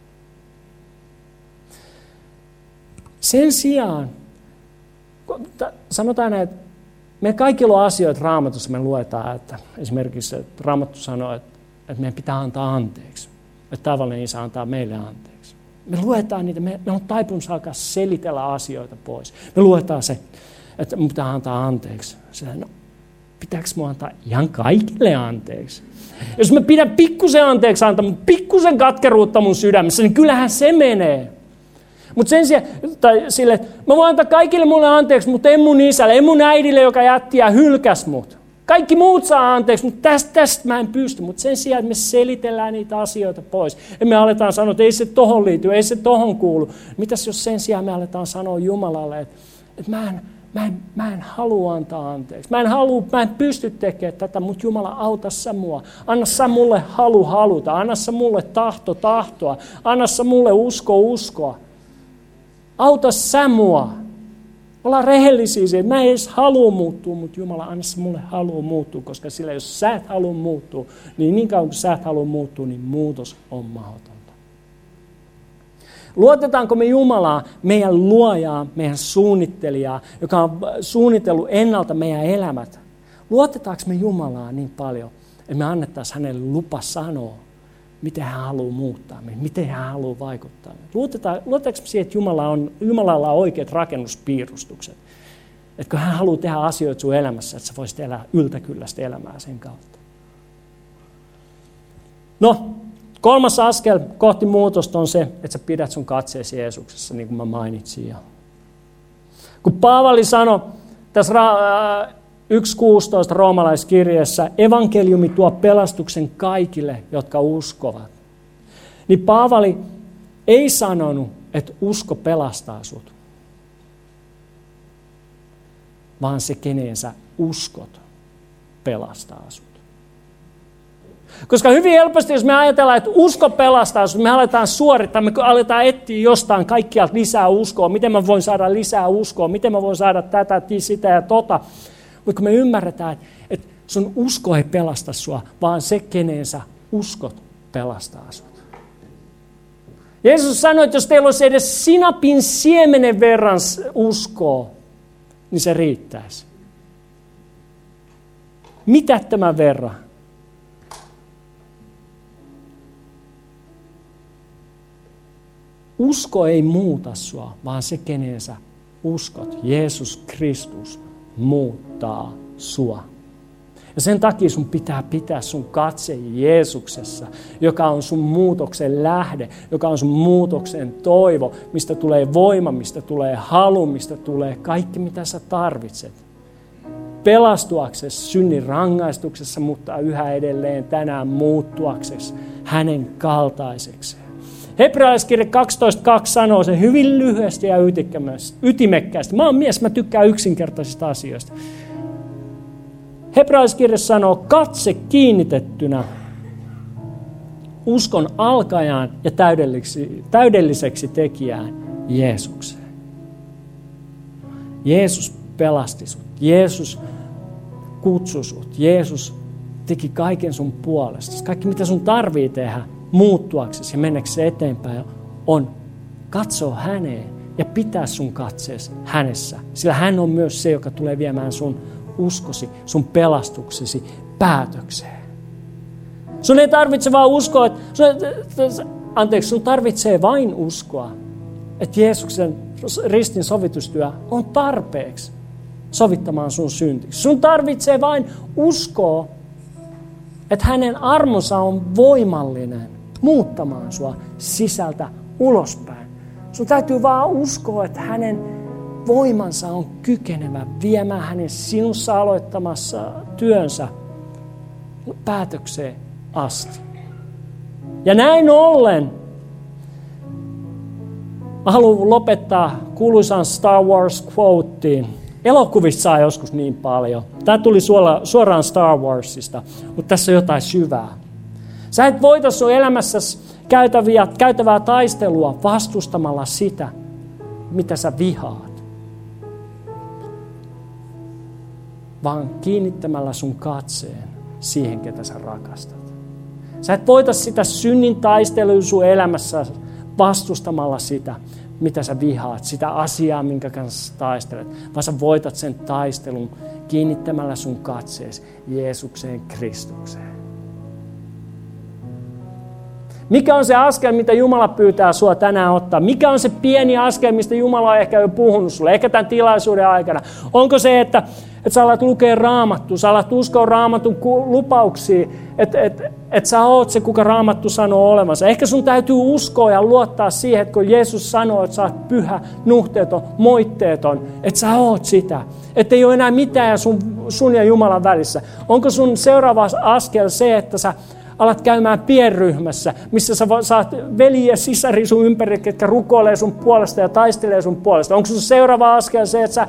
Sen sijaan, sanotaan näin, että me kaikilla on asioita Raamatussa, me luetaan, että esimerkiksi että Raamattu sanoo, että, että meidän pitää antaa anteeksi. Että tavallinen isä antaa meille anteeksi. Me luetaan niitä, me, me on taipumus alkaa selitellä asioita pois. Me luetaan se, että me pitää antaa anteeksi. Se, no, pitääkö minua antaa ihan kaikille anteeksi? Jos mä pidän pikkusen anteeksi antaa, mutta pikkusen katkeruutta mun sydämessä, niin kyllähän se menee. Mutta sen sijaan, tai sille, että mä voin antaa kaikille mulle anteeksi, mutta en mun isälle, en mun äidille, joka jätti ja hylkäs mut. Kaikki muut saa anteeksi, mutta tästä, tästä mä en pysty. Mutta sen sijaan, että me selitellään niitä asioita pois. Ja me aletaan sanoa, että ei se tohon liity, ei se tohon kuulu. Mitäs jos sen sijaan me aletaan sanoa Jumalalle, että, että mä en... Mä en, mä en halua antaa anteeksi. Mä en, halua, mä en pysty tekemään tätä, mutta Jumala, auta sä mua. Anna sä mulle halu haluta. Anna sä mulle tahto tahtoa. Anna sä mulle usko uskoa. Auta sä mua. Ollaan rehellisiä siihen. Mä en edes halua muuttua, mutta Jumala, anna sä mulle halu muuttua. Koska sillä jos sä et halua muuttua, niin niin kauan kuin sä et halua muuttua, niin muutos on mahdotonta. Luotetaanko me Jumalaa, meidän luojaa, meidän suunnittelijaa, joka on suunnitellut ennalta meidän elämät? Luotetaanko me Jumalaa niin paljon, että me annettaisiin hänelle lupa sanoa, miten hän haluaa muuttaa meitä, miten hän haluaa vaikuttaa meitä? Luotetaan, luotetaanko me siihen, että Jumala on, Jumalalla on oikeat rakennuspiirustukset? Että kun hän haluaa tehdä asioita sun elämässä, että sä voisit elää yltäkylläistä elämää sen kautta. No, kolmas askel kohti muutosta on se, että sä pidät sun katseesi Jeesuksessa, niin kuin mä mainitsin jo. Kun Paavali sanoi tässä yksi kuusitoista roomalaiskirjeessä, evankeliumi tuo pelastuksen kaikille, jotka uskovat. Niin Paavali ei sanonut, että usko pelastaa sut, vaan se, keneen sä uskot, pelastaa sut. Koska hyvin helposti, jos me ajatellaan, että usko pelastaa, jos me aletaan suorittaa, me aletaan etsiä jostain kaikkialta lisää uskoa, miten mä voin saada lisää uskoa, miten mä voin saada tätä, sitä ja tota. Mutta kun me ymmärretään, että sun usko ei pelasta sua, vaan se, keneen sä uskot, pelastaa sut. Jeesus sanoi, että jos teillä olisi edes sinapin siemenen verran uskoa, niin se riittäisi. Mitättömän verran. Usko ei muuta sua, vaan se, keneen sä uskot, Jeesus Kristus, muuttaa sua. Ja sen takia sun pitää pitää sun katse Jeesuksessa, joka on sun muutoksen lähde, joka on sun muutoksen toivo, mistä tulee voima, mistä tulee halu, mistä tulee kaikki, mitä sä tarvitset. Pelastuaksesi synnin rangaistuksessa, mutta yhä edelleen tänään muuttuaksesi hänen kaltaisekseen. Hebrealaiskirja kaksitoista kaksi sanoo sen hyvin lyhyesti ja ytimekkäästi. Mä oon mies, mä tykkään yksinkertaisista asioista. Hebrealaiskirja sanoo, katse kiinnitettynä uskon alkajaan ja täydelliseksi, täydelliseksi tekijään Jeesukseen. Jeesus pelasti sut. Jeesus kutsui sut. Jeesus teki kaiken sun puolesta. Kaikki mitä sun tarvii tehdä muuttuaksesi ja mennäksesi eteenpäin on katsoa häneen ja pitää sun katseesi hänessä. Sillä hän on myös se, joka tulee viemään sun uskosi, sun pelastuksesi päätökseen. Sun ei tarvitse vaan uskoa, että sun, anteeksi, sun tarvitsee vain uskoa, että Jeesuksen ristin sovitustyö on tarpeeksi sovittamaan sun syntiksi. Sun tarvitsee vain uskoa, että hänen armonsa on voimallinen muuttamaan sua sisältä ulospäin. Sun täytyy vaan uskoa, että hänen voimansa on kykenevä viemään hänen sinussa aloittamassa työnsä päätökseen asti. Ja näin ollen mä haluan lopettaa kuuluisaan Star Wars quoteen. Elokuvista saa joskus niin paljon. Tämä tuli suoraan Star Warsista, mutta tässä on jotain syvää. Sä et voita sun elämässäsi käytäviä, käytävää taistelua vastustamalla sitä, mitä sä vihaat, vaan kiinnittämällä sun katseen siihen, ketä sä rakastat. Sä et voita sitä synnin taistelua sun elämässä vastustamalla sitä, mitä sä vihaat, sitä asiaa, minkä kanssa taistelet, vaan sä voitat sen taistelun kiinnittämällä sun katseesi Jeesukseen Kristukseen. Mikä on se askel, mitä Jumala pyytää sua tänään ottaa? Mikä on se pieni askel, mistä Jumala on ehkä jo puhunut sulle, ehkä tämän tilaisuuden aikana? Onko se, että, että sä alat lukea Raamattua, sä alat uskoa Raamatun lupauksia, että, että, että sä oot se, kuka Raamattu sanoo olevansa. Ehkä sun täytyy uskoa ja luottaa siihen, että kun Jeesus sanoo, että sä oot pyhä, nuhteeton, moitteeton, että sä oot sitä. Että ei ole enää mitään sun, sun ja Jumalan välissä. Onko sun seuraava askel se, että sä alat käymään pienryhmässä, missä sä saat veli ja sisari sun ympäri, ketkä rukoilee sun puolesta ja taistelee sun puolesta. Onko sun seuraava askel se, että sä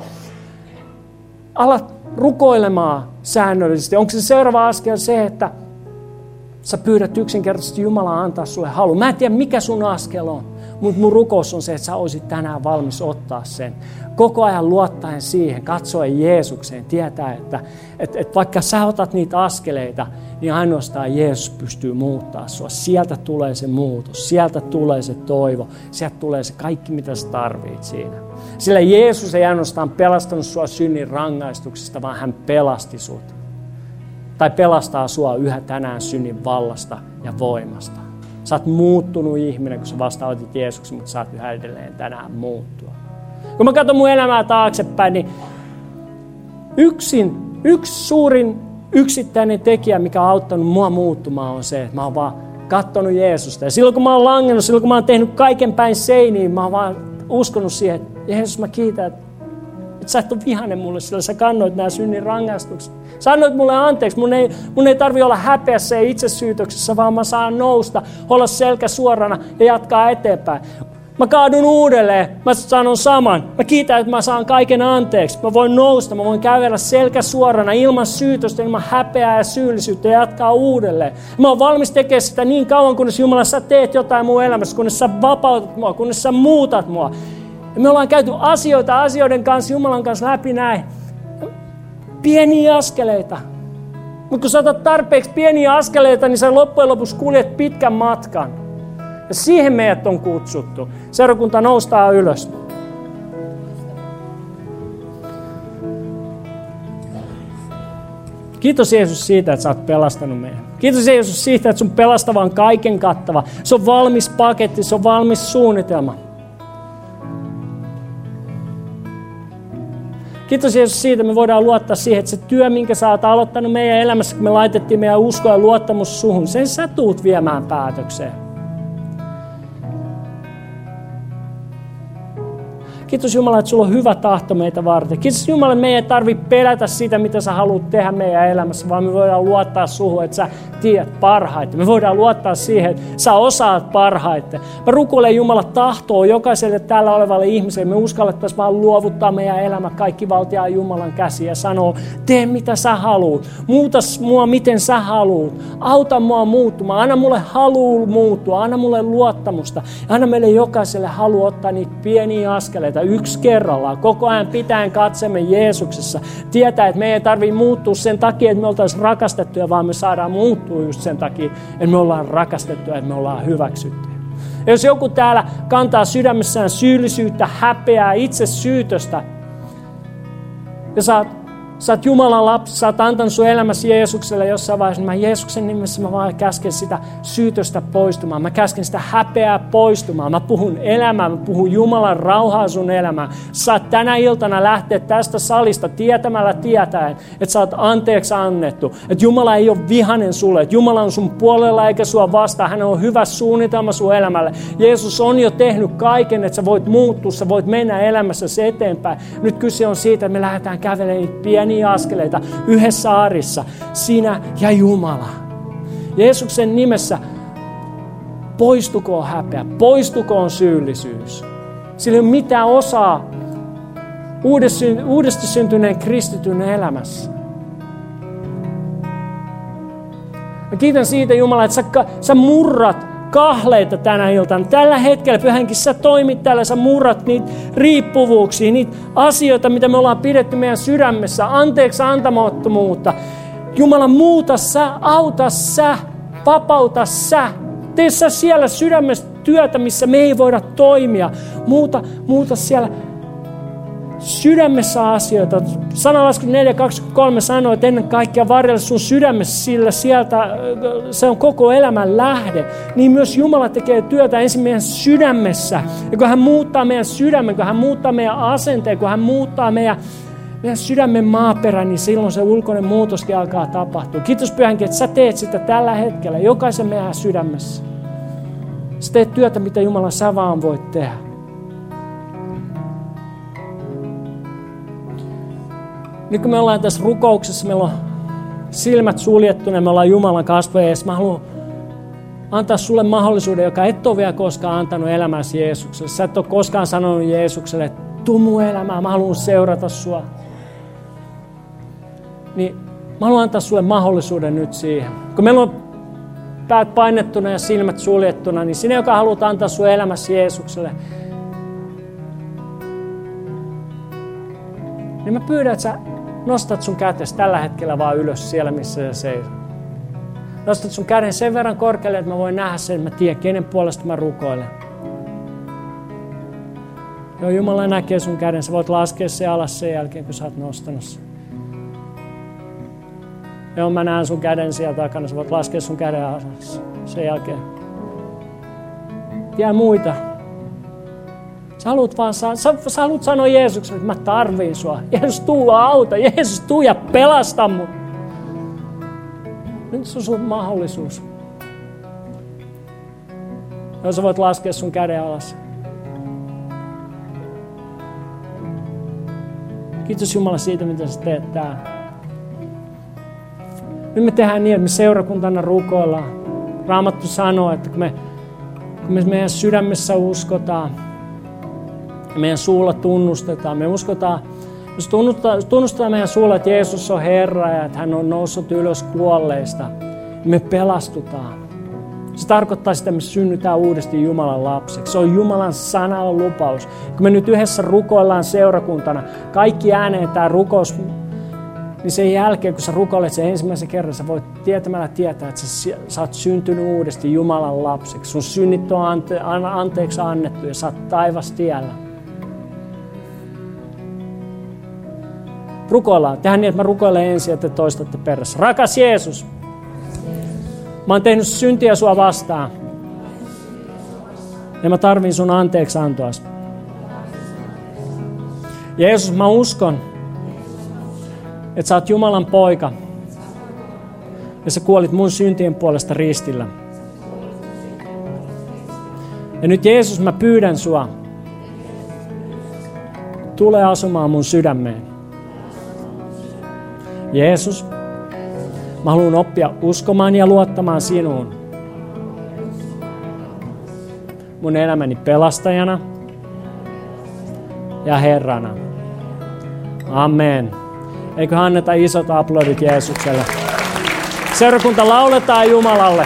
alat rukoilemaan säännöllisesti? Onko se seuraava askel se, että sä pyydät yksinkertaisesti Jumalaa antaa sulle halu? Mä en tiedä, mikä sun askel on, mutta mun rukous on se, että sä olisit tänään valmis ottaa sen. Koko ajan luottaen siihen, katsoen Jeesukseen, tietää, että, että, että vaikka sä otat niitä askeleita, niin ainoastaan Jeesus pystyy muuttaa sua. Sieltä tulee se muutos, sieltä tulee se toivo, sieltä tulee se kaikki, mitä sä tarvitset siinä. Sillä Jeesus ei ainoastaan pelastanut sua synnin rangaistuksesta, vaan hän pelasti sut. Tai pelastaa sua yhä tänään synnin vallasta ja voimasta. Sä oot muuttunut ihminen, kun sä vasta otit Jeesuksen, mutta sä oot yhä edelleen tänään muuttua. Kun mä katson mun elämää taaksepäin, niin yksin, yksi suurin yksittäinen tekijä, mikä on auttanut mua muuttumaan, on se, että mä oon vaan katsonut Jeesusta. Ja silloin kun mä oon langennut, silloin kun mä oon tehnyt kaiken päin seiniin, mä oon vaan uskonut siihen, että Jeesus, mä kiitän, että, että sä et ole vihainen mulle, sillä sä kannoit nämä synnin rangaistukset. Sä annoit mulle anteeksi, mun ei, mun ei tarvitse olla häpeässä ja itsesyytöksessä, vaan mä saan nousta, olla selkä suorana ja jatkaa eteenpäin. Mä kaadun uudelleen, mä sanon saman. Mä kiitän, että mä saan kaiken anteeksi. Mä voin nousta, mä voin kävellä selkä suorana ilman syytöstä, ilman häpeää ja syyllisyyttä ja jatkaa uudelleen. Mä oon valmis tekemään sitä niin kauan, kunnes Jumala sä teet jotain mun elämässä, kunnes sä vapautat mua, kunnes sä muutat mua. Ja me ollaan käyty asioita asioiden kanssa, Jumalan kanssa läpi näin. Pieniä askeleita. Mutta kun sä otat tarpeeksi pieniä askeleita, niin sä loppujen lopuksi kuljet pitkän matkan. Ja siihen meidät on kutsuttu. Seurakunta noustaa ylös. Kiitos Jeesus siitä, että sä oot pelastanut meidän. Kiitos Jeesus siitä, että sun pelastava on kaiken kattava. Se on valmis paketti, se on valmis suunnitelma. Kiitos Jeesus siitä, että me voidaan luottaa siihen, että se työ, minkä sä oot aloittanut meidän elämässä, kun me laitettiin meidän usko ja luottamus suhun, sen sä tuut viemään päätökseen. Kiitos Jumala, että sulla on hyvä tahto meitä varten. Kiitos Jumala, että me ei tarvitse pelätä sitä, mitä sä haluat tehdä meidän elämässä, vaan me voidaan luottaa suhun, että sä tiedät parhaiten. Me voidaan luottaa siihen, että sä osaat parhaiten. Mä rukoilen Jumala tahtoa jokaiselle täällä olevalle ihmiselle. Me uskallettaisiin vaan luovuttaa meidän elämä kaikki valtiaa Jumalan käsiin ja sanoa, tee mitä sä haluut. Muuta mua miten sä haluut. Auta mua muuttumaan. Anna mulle haluu muuttua. Anna mulle luottamusta. Anna meille jokaiselle halu ottaa niitä pieniä askeleita. Yksi kerrallaan, koko ajan pitäen katsemme Jeesuksessa. Tietää, että me ei tarvitse muuttua sen takia, että me oltaisiin rakastettuja, vaan me saadaan muuttua just sen takia, että me ollaan rakastettuja, että me ollaan hyväksyttyjä. Ja jos joku täällä kantaa sydämessään syyllisyyttä, häpeää, itsesyytöstä, ja sä oot Sä oot Jumalan lapsi, sä oot antanut sun elämäsi Jeesukselle jossain vaiheessa. Mä Jeesuksen nimessä mä vaan käsken sitä syytöstä poistumaan. Mä käsken sitä häpeää poistumaan. Mä puhun elämää, mä puhun Jumalan rauhaa sun elämään. Sä oot tänä iltana lähteä tästä salista tietämällä tietäen, että sä oot anteeksi annettu. Että Jumala ei ole vihainen sulle, että Jumala on sun puolella eikä sua vastaan. Hän on hyvä suunnitelma sun elämälle. Jeesus on jo tehnyt kaiken, että sä voit muuttua, sä voit mennä elämässäsi eteenpäin. Nyt kyse on siitä, että me lähdetään kävelemään pieniä askeleita yhdessä arissa, sinä ja Jumala. Jeesuksen nimessä poistukoon häpeä, poistukoon syyllisyys. Sillä ei ole mitään osaa uudesti syntyneen kristityn elämässä. Mä kiitän siitä, Jumala, että sä, sä murrat kahleita tänä iltana. Tällä hetkellä, Pyhänkin, sä toimit täällä, sä murrat niitä riippuvuuksia, niitä asioita, mitä me ollaan pidetty meidän sydämessä, anteeksi antamattomuutta. Jumala, muuta sä, auta sä, vapauta sä. Tee sä siellä sydämessä työtä, missä me ei voida toimia. Muuta, muuta siellä sydämessä asioita. Sananlasku neljä kaksikymmentäkolme sanoo, että ennen kaikkea varjella sun sydämessä, sillä sieltä se on koko elämän lähde. Niin myös Jumala tekee työtä ensin meidän sydämessä. Ja kun hän muuttaa meidän sydämen, kun hän muuttaa meidän asenteen, kun hän muuttaa meidän, meidän sydämen maaperän, niin silloin se ulkoinen muutoskin alkaa tapahtua. Kiitos Pyhänkin, että sä teet sitä tällä hetkellä, jokaisen meidän sydämessä. Sä teet työtä, mitä Jumala sä vaan voit tehdä. Nyt kun me ollaan tässä rukouksessa, meillä on silmät suljettuna, me ollaan Jumalan kasvoja eessä. Mä haluan antaa sulle mahdollisuuden, joka et ole vielä koskaan antanut elämäsi Jeesukselle. Sä et ole koskaan sanonut Jeesukselle, että tuu mun elämään, mä haluan seurata sua. Niin mä haluan antaa sulle mahdollisuuden nyt siihen. Kun meillä on päät painettuna ja silmät suljettuna, niin sinä, joka haluat antaa sun elämäsi Jeesukselle, niin mä pyydän, että sä nostat sun kätesi tällä hetkellä vaan ylös siellä, missä sä seisot. Nostat sun käden sen verran korkealle, että mä voin nähdä sen, että mä tiedän, kenen puolesta mä rukoilen. Joo, Jumala näkee sun käden. Sä voit laskea se alas sen jälkeen, kun sä oot nostanut sen. Joo, mä näen sun käden siellä takana. Sä voit laskea sun käden alas sen jälkeen. Tiedä muita. Sä haluat, vaan, sä, sä haluat sanoa Jeesukselle, että mä tarviin sua. Jeesus, tuu auta. Jeesus, tuu ja pelasta mut. Nyt se on sun mahdollisuus. Jos sä voit laskea sun käden alas. Kiitos Jumala siitä, mitä sä teet täällä. Nyt me tehdään niin, että me seurakuntana rukoillaan. Raamattu sanoo, että kun me, kun me meidän sydämessä uskotaan, ja meidän suulla tunnustetaan. Me uskotaan, jos tunnustetaan meidän suulla, että Jeesus on Herra ja että hän on noussut ylös kuolleista, niin me pelastutaan. Se tarkoittaa sitä, että me synnytään uudesti Jumalan lapseksi. Se on Jumalan sanan lupaus. Kun me nyt yhdessä rukoillaan seurakuntana, kaikki ääneen tämä rukous, niin sen jälkeen, kun sä rukoilet sen ensimmäisen kerran, sä voit tietämällä tietää, että sä, sä oot syntynyt uudesti Jumalan lapseksi. Sun synnit on ante, anteeksi annettu ja sä oot taivastiellä. Rukoillaan. Tehdään niin, että mä rukoilen ensin, että te toistatte perässä. Rakas Jeesus, mä oon tehnyt syntiä sua vastaan. Ja mä tarvin sun anteeksi antoas. Jeesus, mä uskon, että sä oot Jumalan poika. Ja sä kuolit mun syntien puolesta ristillä. Ja nyt Jeesus, mä pyydän sua. Tule asumaan mun sydämeen. Jeesus, mä haluan oppia uskomaan ja luottamaan sinuun. Mun elämäni pelastajana ja Herrana. Amen. Eiköhän anneta isot aplodit Jeesukselle. Seurakunta, lauletaan Jumalalle.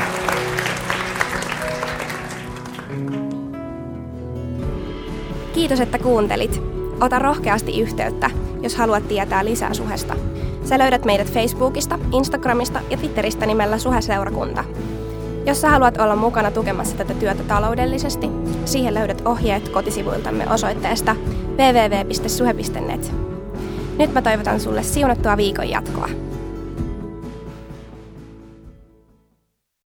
Kiitos, että kuuntelit. Ota rohkeasti yhteyttä, jos haluat tietää lisää Suhesta. Sä löydät meidät Facebookista, Instagramista ja Twitteristä nimellä Suhe-seurakunta. Jos sä haluat olla mukana tukemassa tätä työtä taloudellisesti, siihen löydät ohjeet kotisivuiltamme osoitteesta double-u double-u double-u piste suhe piste net. Nyt mä toivotan sulle siunattua viikon jatkoa.